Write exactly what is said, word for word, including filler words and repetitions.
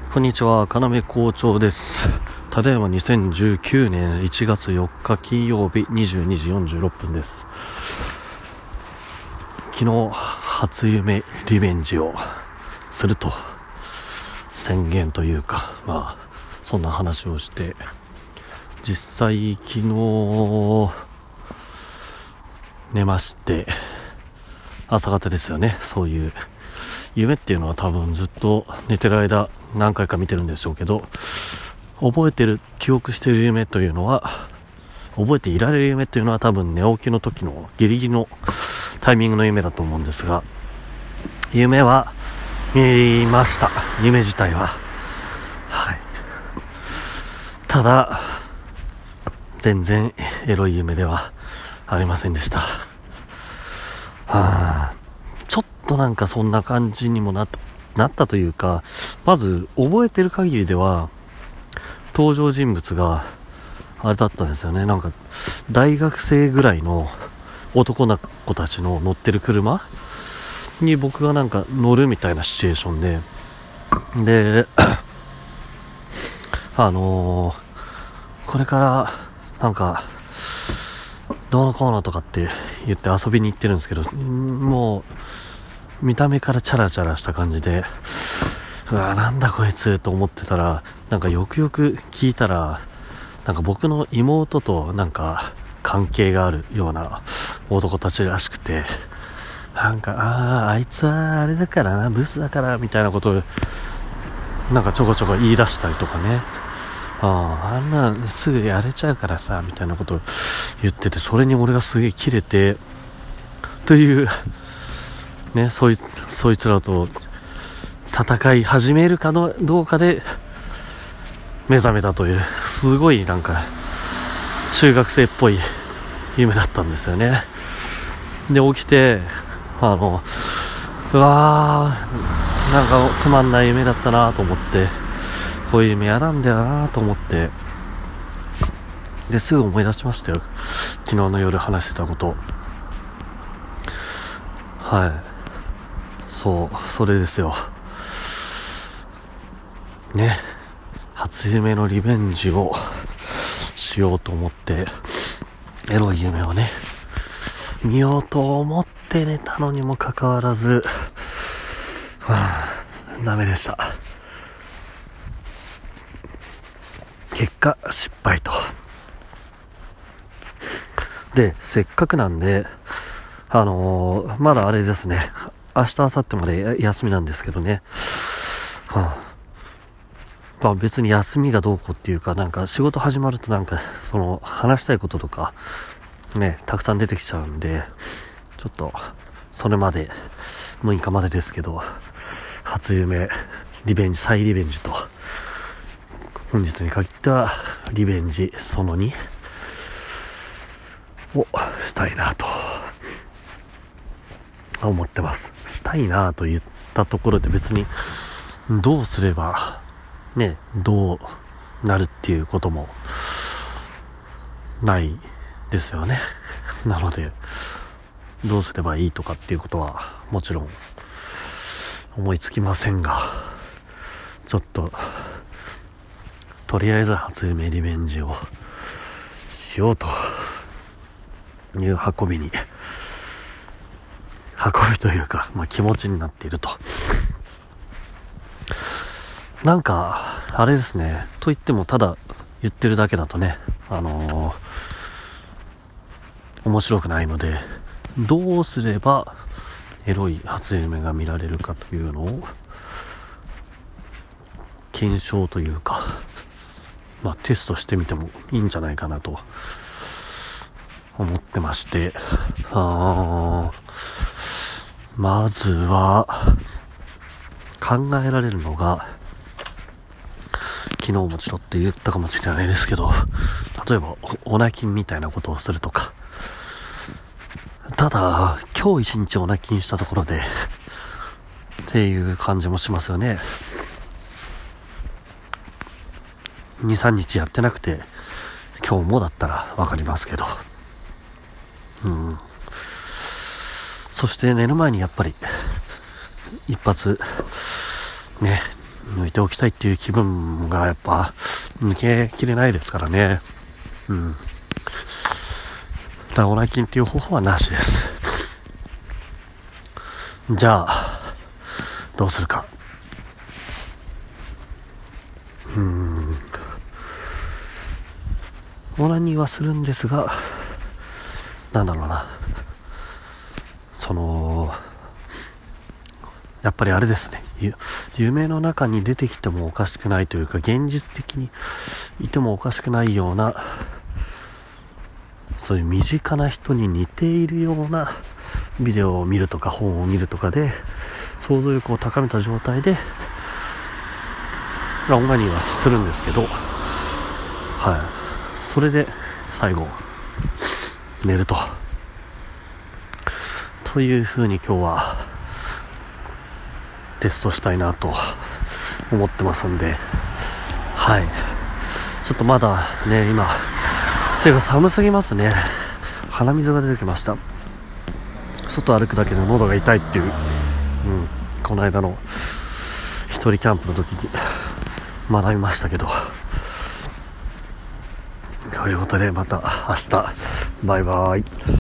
こんにちは、要校長です。ただいまにせんじゅうきゅうねんいちがつよっか金曜日にじゅうにじよんじゅうろっぷんです。昨日初夢リベンジをすると宣言というか、まあそんな話をして、実際昨日寝まして、朝方ですよね。そういう夢っていうのは多分ずっと寝てる間何回か見てるんでしょうけど、覚えてる記憶してる夢というのは、覚えていられる夢というのは多分寝起きの時のギリギリのタイミングの夢だと思うんですが、夢は見ました。夢自体ははい。ただ全然エロい夢ではありませんでした。はあ、ちょっとなんかそんな感じにもなっ、なったというか、まず覚えてる限りでは登場人物があれだったんですよね。なんか大学生ぐらいの男の子たちの乗ってる車に僕がなんか乗るみたいなシチュエーションで、であのー、これからなんかどうのこうのとかって言って遊びに行ってるんですけど、もう見た目からチャラチャラした感じで、うわなんだこいつと思ってたら、なんかよくよく聞いたら、なんか僕の妹となんか関係があるような男たちらしくて、なんかあああいつはあれだからな、ブスだからみたいなことをなんかちょこちょこ言い出したりとかね、あああんなすぐやれちゃうからさみたいなことを言ってて、それに俺がすげえキレてというね、そいそいつらと戦い始めるかのどうかで目覚めたという、すごいなんか中学生っぽい夢だったんですよね。で起きて、あのうわーなんかつまんない夢だったなと思って、こういう夢やなんだよなと思って、ですぐ思い出しましたよ、昨日の夜話してたこと。はい、そうそれですよね。初夢のリベンジをしようと思ってエロい夢をね見ようと思って寝たのにもかかわらず、はあ、ダメでした。結果失敗と。でせっかくなんで、あのー、まだあれですね、明日明後日まで休みなんですけどね、はあ、まあ別に休みがどうこうっていうか、なんか仕事始まるとなんかその話したいこととかねたくさん出てきちゃうんで、ちょっとそれまでむいかまでですけど、初夢リベンジ再リベンジと、本日に限ってはリベンジそのにをしたいなと思ってます。したいなと言ったところで別にどうすればねどうなるっていうこともないですよね。なのでどうすればいいとかっていうことはもちろん思いつきませんが、ちょっととりあえず初夢リベンジをしようという運びに運びというか、まあ、気持ちになっていると。なんかあれですね、と言ってもただ言ってるだけだとね、あのー、面白くないので、どうすればエロい初夢が見られるかというのを検証というか、まあ、テストしてみてもいいんじゃないかなと思ってまして、あまずは考えられるのが、昨日もちょっと言ったかもしれないですけど、例えばオナキンみたいなことをするとか。ただ今日一日オナキンしたところでっていう感じもしますよね。にさんにちやってなくて今日もだったらわかりますけど、うん。そして寝る前にやっぱり一発ね抜いておきたいっていう気分がやっぱ抜けきれないですからね。うん。だからオナキンっていう方法はなしです。じゃあどうするか。うーん。オナニーはするんですが、なんだろうな。そのやっぱりあれですね。夢の中に出てきてもおかしくないというか、現実的にいてもおかしくないような、そういう身近な人に似ているようなビデオを見るとか本を見るとかで想像力を高めた状態でオナニーはするんですけど、はい、それで最後寝るとという風に今日はテストしたいなと思ってますんで、はい、ちょっとまだね今ていうか寒すぎますね。鼻水が出てきました。外歩くだけで喉が痛いっていう、うん、この間の一人キャンプの時に学びましたけど、ということでまた明日バイバイ。